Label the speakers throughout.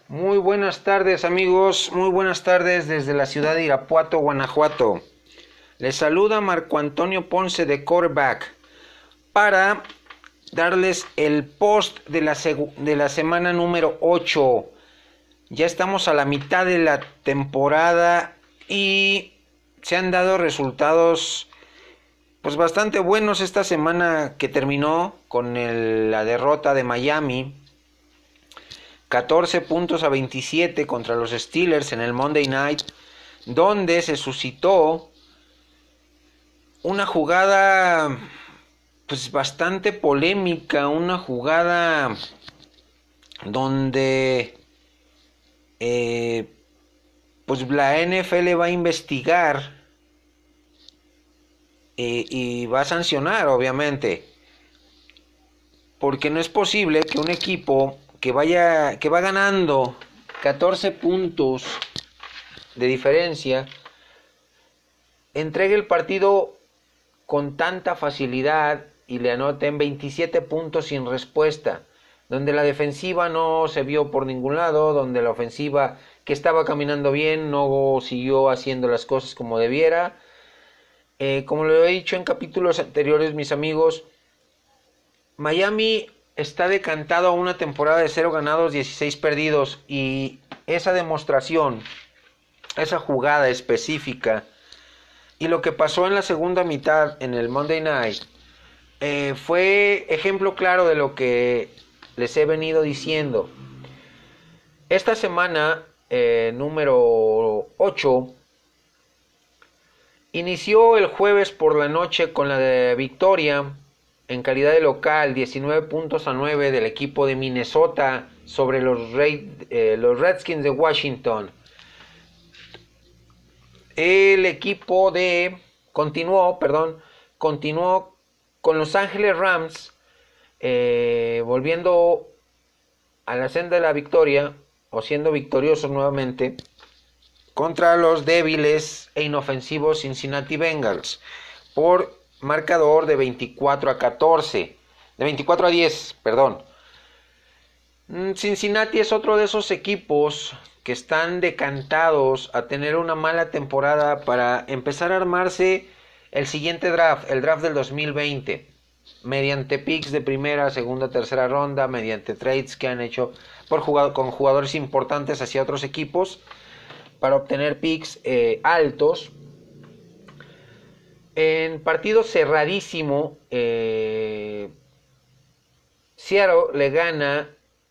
Speaker 1: Muy buenas tardes amigos, muy buenas tardes desde la ciudad de Irapuato, Guanajuato. Les saluda Marco Antonio Ponce de Quarterback para darles el post de la semana número 8. Ya estamos a la mitad de la temporada y se han dado resultados pues bastante buenos esta semana que terminó con la derrota de Miami. 14 puntos a 27 contra los Steelers en el Monday Night, donde se suscitó una jugada pues bastante polémica, una jugada donde pues la NFL va a investigar y va a sancionar, obviamente, porque no es posible que un equipo que va ganando 14 puntos de diferencia entregue el partido con tanta facilidad y le anoten 27 puntos sin respuesta, donde la defensiva no se vio por ningún lado, donde la ofensiva, que estaba caminando bien, no siguió haciendo las cosas como debiera. Como lo he dicho en capítulos anteriores, mis amigos, Miami está decantado a una temporada de 0 ganados, 16 perdidos, y esa demostración, esa jugada específica y lo que pasó en la segunda mitad en el Monday Night fue ejemplo claro de lo que les he venido diciendo. Esta semana número 8 inició el jueves por la noche con la de victoria en calidad de local, 19 puntos a 9 del equipo de Minnesota sobre los Redskins de Washington. El equipo continuó con Los Ángeles Rams, volviendo a la senda de la victoria, o siendo victoriosos nuevamente, contra los débiles e inofensivos Cincinnati Bengals, por marcador de 24 a 10, perdón. Cincinnati es otro de esos equipos que están decantados a tener una mala temporada para empezar a armarse el siguiente draft, el draft del 2020, mediante picks de primera, segunda, tercera ronda, mediante trades que han hecho con jugadores importantes hacia otros equipos para obtener picks altos. En partido cerradísimo, Seattle le gana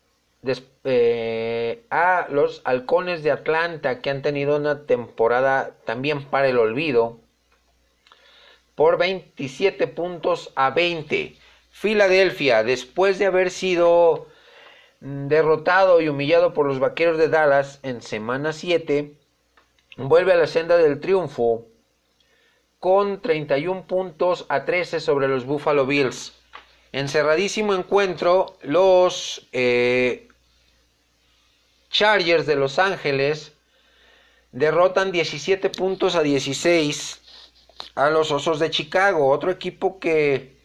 Speaker 1: a los Halcones de Atlanta, que han tenido una temporada también para el olvido, por 27 puntos a 20. Filadelfia, después de haber sido derrotado y humillado por los Vaqueros de Dallas en semana 7, vuelve a la senda del triunfo con 31 puntos a 13 sobre los Buffalo Bills. Encerradísimo encuentro, los Chargers de Los Ángeles derrotan 17 puntos a 16 a los Osos de Chicago, otro equipo que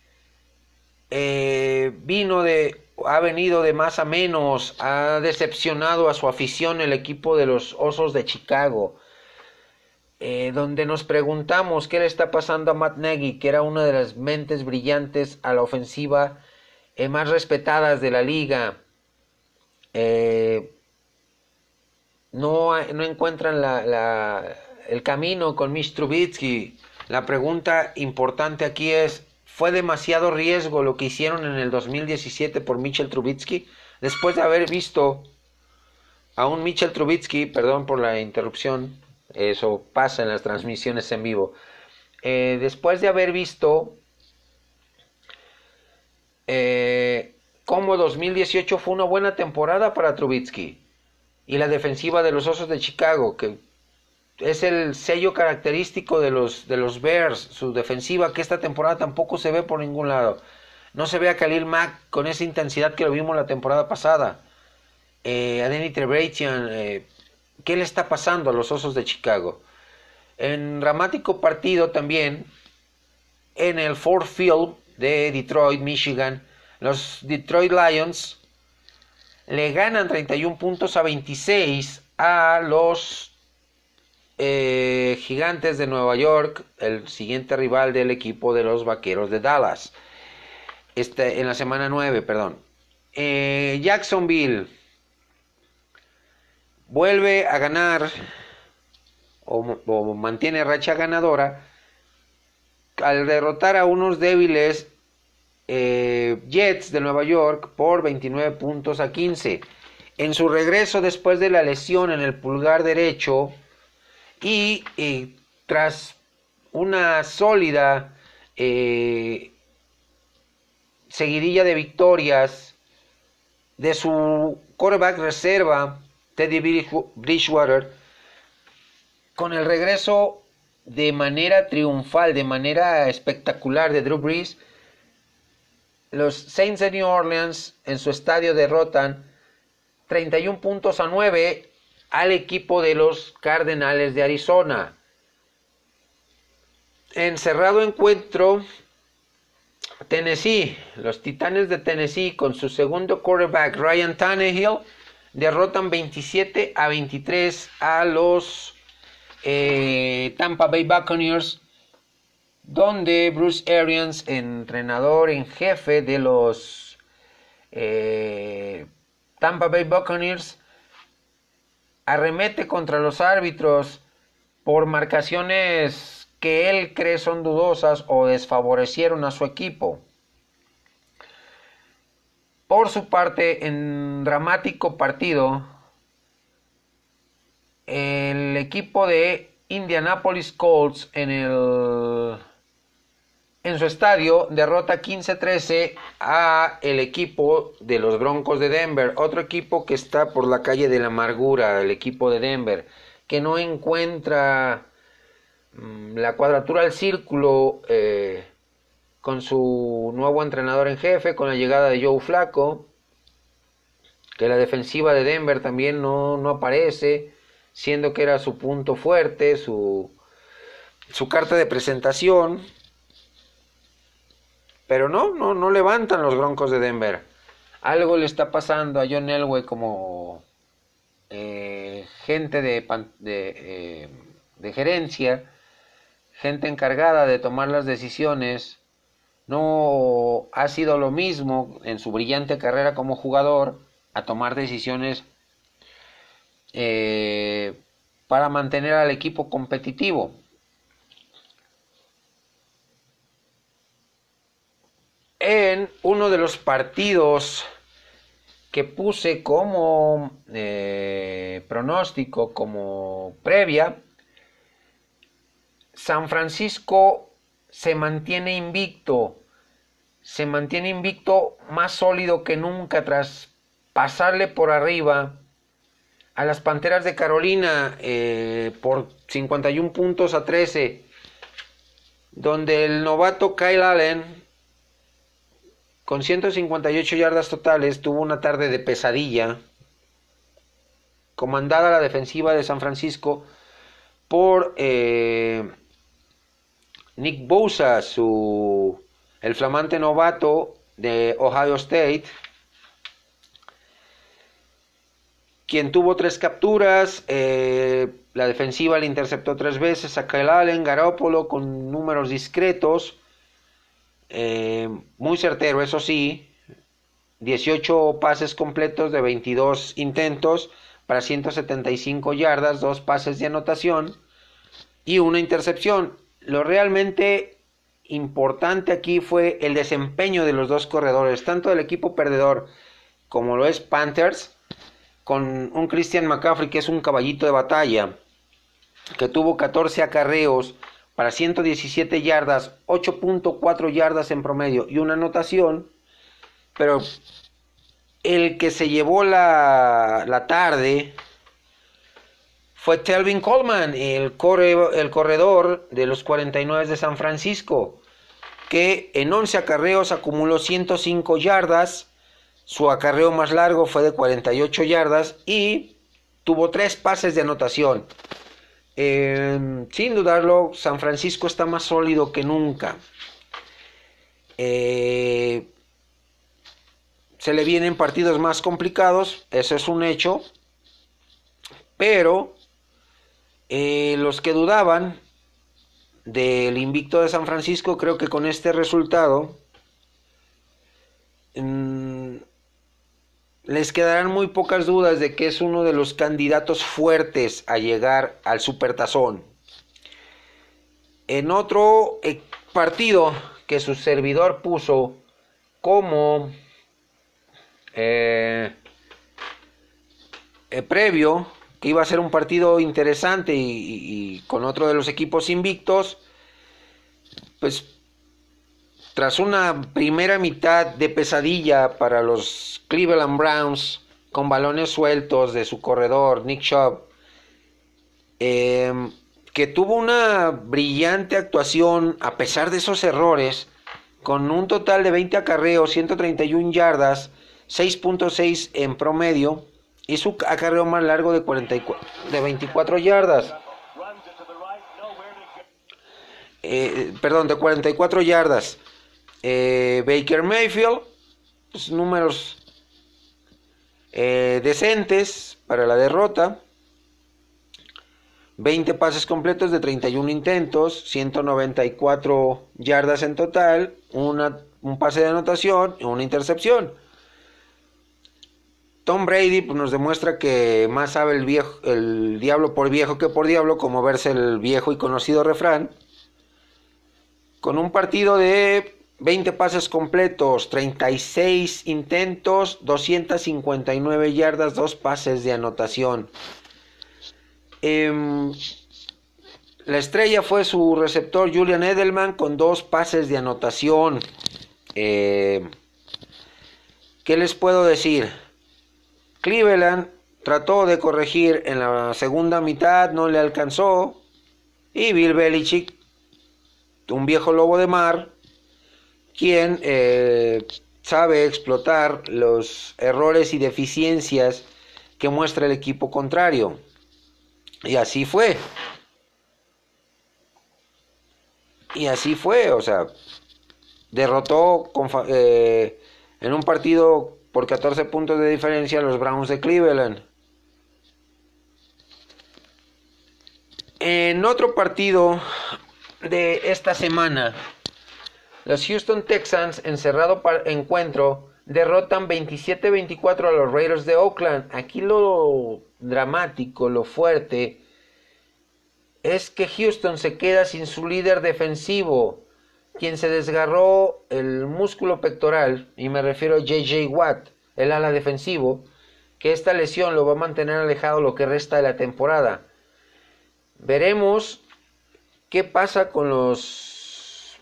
Speaker 1: ha venido de más a menos, ha decepcionado a su afición el equipo de los Osos de Chicago, donde nos preguntamos qué le está pasando a Matt Nagy, que era una de las mentes brillantes a la ofensiva más respetadas de la liga. No encuentran el camino con Mitch Trubisky. La pregunta importante aquí es, ¿fue demasiado riesgo lo que hicieron en el 2017 por Mitchell Trubisky? Después de haber visto a un Mitchell Trubisky, perdón por la interrupción, eso pasa en las transmisiones en vivo, después de haber visto cómo 2018 fue una buena temporada para Trubisky y la defensiva de los Osos de Chicago, que es el sello característico de los Bears, su defensiva, que esta temporada tampoco se ve por ningún lado. No se ve a Khalil Mack con esa intensidad que lo vimos la temporada pasada. A Denny Trevathan, ¿qué le está pasando a los Osos de Chicago? En dramático partido también, en el Ford Field de Detroit, Michigan, los Detroit Lions le ganan 31-26 a los Gigantes de Nueva York, el siguiente rival del equipo de los Vaqueros de Dallas. En la semana 9, perdón. Jacksonville vuelve a ganar o mantiene racha ganadora al derrotar a unos débiles Jets de Nueva York por 29-15. En su regreso después de la lesión en el pulgar derecho y tras una sólida seguidilla de victorias de su quarterback reserva Teddy Bridgewater, con el regreso de manera triunfal, de manera espectacular de Drew Brees, los Saints de New Orleans en su estadio derrotan 31-9 al equipo de los Cardenales de Arizona. En cerrado encuentro, Tennessee, los Titanes de Tennessee con su segundo quarterback Ryan Tannehill derrotan 27-23 a los Tampa Bay Buccaneers, donde Bruce Arians, entrenador en jefe de los Tampa Bay Buccaneers, arremete contra los árbitros por marcaciones que él cree son dudosas o desfavorecieron a su equipo. Por su parte, en dramático partido, el equipo de Indianapolis Colts en su estadio derrota 15-13 a el equipo de los Broncos de Denver, otro equipo que está por la calle de la amargura, el equipo de Denver, que no encuentra la cuadratura del círculo con su nuevo entrenador en jefe, con la llegada de Joe Flacco, que la defensiva de Denver también no aparece, siendo que era su punto fuerte, su carta de presentación, pero no levantan los Broncos de Denver. Algo le está pasando a John Elway como gente de gerencia, gente encargada de tomar las decisiones. No ha sido lo mismo en su brillante carrera como jugador a tomar decisiones para mantener al equipo competitivo. En uno de los partidos que puse como pronóstico, como previa, San Francisco se mantiene invicto más sólido que nunca tras pasarle por arriba a las Panteras de Carolina por 51-13, donde el novato Kyle Allen, con 158 yardas totales, tuvo una tarde de pesadilla, comandada la defensiva de San Francisco por Nick Bosa, el flamante novato de Ohio State, quien tuvo 3 capturas. La defensiva le interceptó 3 veces a Kyle Allen. Garoppolo con números discretos, muy certero, eso sí, 18 pases completos de 22 intentos para 175 yardas, 2 pases de anotación y una intercepción. Lo realmente importante aquí fue el desempeño de los dos corredores, tanto del equipo perdedor como lo es Panthers, con un Christian McCaffrey que es un caballito de batalla, que tuvo 14 acarreos para 117 yardas, 8.4 yardas en promedio y una anotación. Pero el que se llevó la tarde fue Tevin Coleman, el corredor de los 49 de San Francisco, que en 11 acarreos acumuló 105 yardas. Su acarreo más largo fue de 48 yardas y tuvo 3 pases de anotación. Sin dudarlo, San Francisco está más sólido que nunca. se le vienen partidos más complicados, eso es un hecho, pero los que dudaban del invicto de San Francisco, creo que con este resultado les quedarán muy pocas dudas de que es uno de los candidatos fuertes a llegar al Supertazón. En otro partido que su servidor puso como previo, que iba a ser un partido interesante y con otro de los equipos invictos, pues tras una primera mitad de pesadilla para los Cleveland Browns con balones sueltos de su corredor Nick Chubb, que tuvo una brillante actuación a pesar de esos errores, con un total de 20 acarreos, 131 yardas, 6.6 en promedio, y su acarreo más largo de 24 yardas. De 44 yardas. Baker Mayfield, pues, números decentes para la derrota. 20 pases completos de 31 intentos, 194 yardas en total, un pase de anotación y una intercepción. Tom Brady pues, nos demuestra que más sabe el diablo por viejo que por diablo, como verse el viejo y conocido refrán. Con un partido de 20 pases completos, 36 intentos, 259 yardas, 2 pases de anotación. La estrella fue su receptor Julian Edelman con 2 pases de anotación. ¿Qué les puedo decir? Cleveland trató de corregir en la segunda mitad, no le alcanzó. Y Bill Belichick, un viejo lobo de mar, quien sabe explotar los errores y deficiencias que muestra el equipo contrario. Y así fue. O sea, derrotó en un partido por 14 puntos de diferencia a los Browns de Cleveland. En otro partido de esta semana, los Houston Texans, en cerrado encuentro, derrotan 27-24 a los Raiders de Oakland. Aquí lo dramático, lo fuerte, es que Houston se queda sin su líder defensivo, quien se desgarró el músculo pectoral, y me refiero a J.J. Watt, el ala defensivo, que esta lesión lo va a mantener alejado lo que resta de la temporada. Veremos qué pasa con los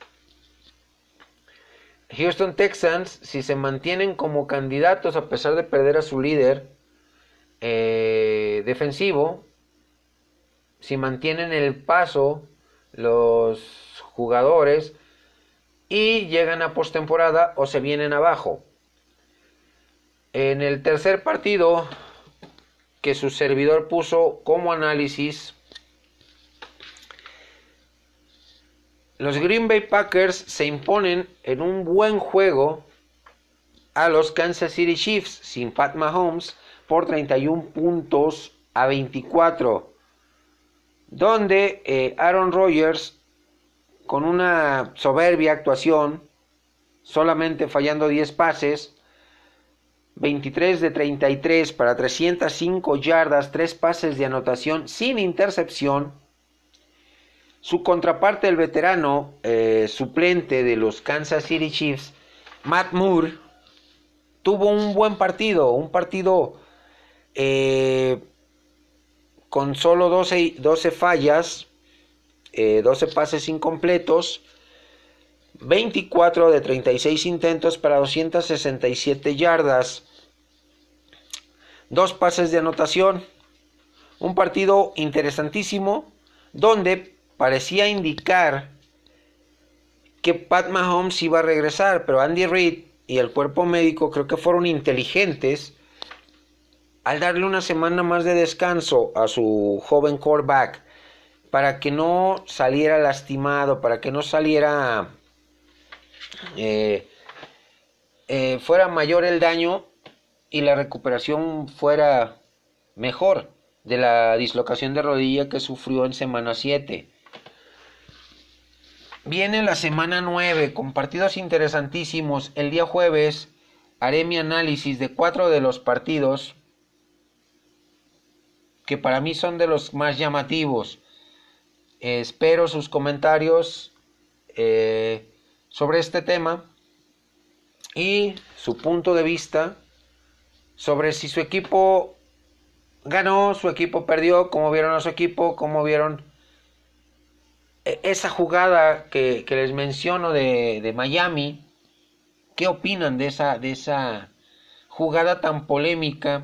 Speaker 1: Houston Texans si se mantienen como candidatos a pesar de perder a su líder defensivo, si mantienen el paso los jugadores y llegan a postemporada o se vienen abajo. En el tercer partido que su servidor puso como análisis, los Green Bay Packers se imponen en un buen juego a los Kansas City Chiefs sin Pat Mahomes por 31-24, donde Aaron Rodgers, con una soberbia actuación, solamente fallando 10 pases, 23 de 33 para 305 yardas, 3 pases de anotación sin intercepción. Su contraparte, el veterano suplente de los Kansas City Chiefs, Matt Moore, tuvo un buen partido, con solo 12 fallas, 12 pases incompletos, 24 de 36 intentos para 267 yardas, 2 pases de anotación. Un partido interesantísimo donde parecía indicar que Pat Mahomes iba a regresar, pero Andy Reid y el cuerpo médico creo que fueron inteligentes al darle una semana más de descanso a su joven quarterback para que no saliera lastimado, para que no saliera fuera mayor el daño y la recuperación fuera mejor de la dislocación de rodilla que sufrió en semana 7. Viene la semana 9 con partidos interesantísimos. El día jueves haré mi análisis de 4 de los partidos que para mí son de los más llamativos. Espero sus comentarios sobre este tema y su punto de vista sobre si su equipo ganó, su equipo perdió, cómo vieron a su equipo, cómo vieron esa jugada que les menciono de Miami. ¿Qué opinan de esa jugada tan polémica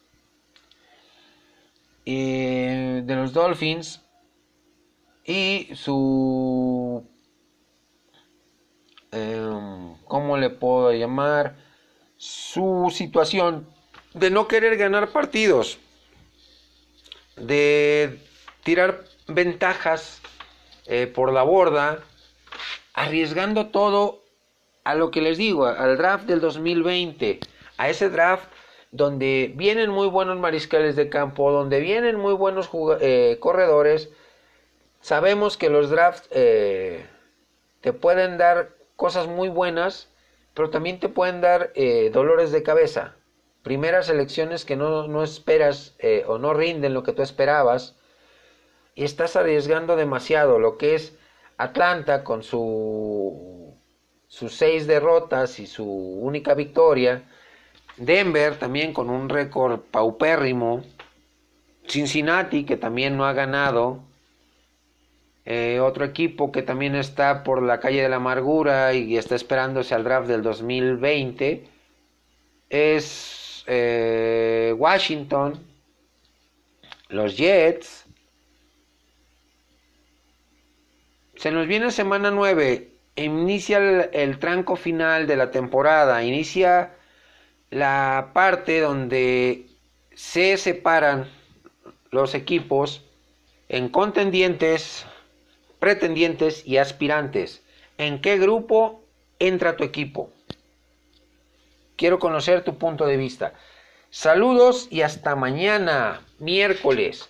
Speaker 1: de los Dolphins y su ¿cómo le puedo llamar? Su situación de no querer ganar partidos, de tirar ventajas por la borda, arriesgando todo a lo que les digo, al draft del 2020, a ese draft donde vienen muy buenos mariscales de campo, donde vienen muy buenos corredores. Sabemos que los drafts te pueden dar cosas muy buenas, pero también te pueden dar dolores de cabeza. Primeras selecciones que no esperas o no rinden lo que tú esperabas, y estás arriesgando demasiado. Lo que es Atlanta con sus 6 derrotas y su única victoria, Denver también con un récord paupérrimo, Cincinnati que también no ha ganado, otro equipo que también está por la calle de la amargura y está esperándose al draft del 2020 es Washington, los Jets. Se nos viene semana 9, inicia el tranco final de la temporada, inicia la parte donde se separan los equipos en contendientes, pretendientes y aspirantes. ¿En qué grupo entra tu equipo? Quiero conocer tu punto de vista. Saludos y hasta mañana, miércoles,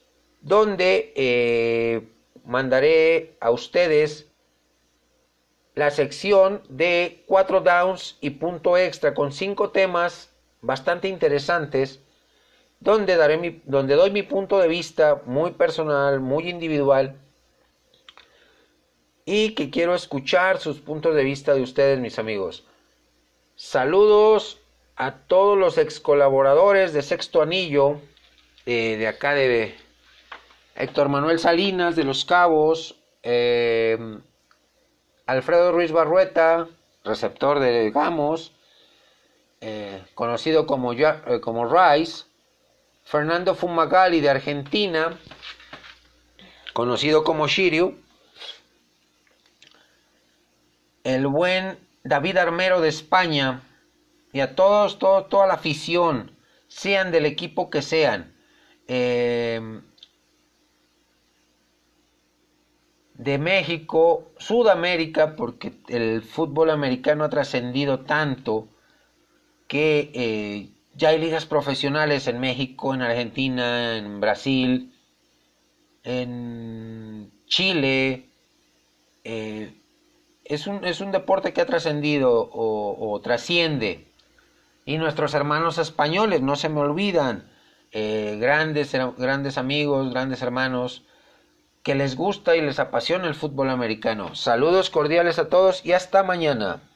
Speaker 1: donde mandaré a ustedes la sección de 4 downs y punto extra con 5 temas bastante interesantes, donde doy mi punto de vista muy personal, muy individual, y que quiero escuchar sus puntos de vista de ustedes, mis amigos. Saludos a todos los ex colaboradores de Sexto Anillo, de acá de Héctor Manuel Salinas de Los Cabos, Alfredo Ruiz Barrueta, receptor de Gamos, conocido como Rice, Fernando Fumagalli de Argentina, conocido como Shiryu, el buen David Armero de España, y a toda la afición, sean del equipo que sean, de México, Sudamérica, porque el fútbol americano ha trascendido tanto que ya hay ligas profesionales en México, en Argentina, en Brasil, en Chile. Es un deporte que ha trascendido o trasciende. Y nuestros hermanos españoles, no se me olvidan, grandes amigos, grandes hermanos, que les gusta y les apasiona el fútbol americano. Saludos cordiales a todos y hasta mañana.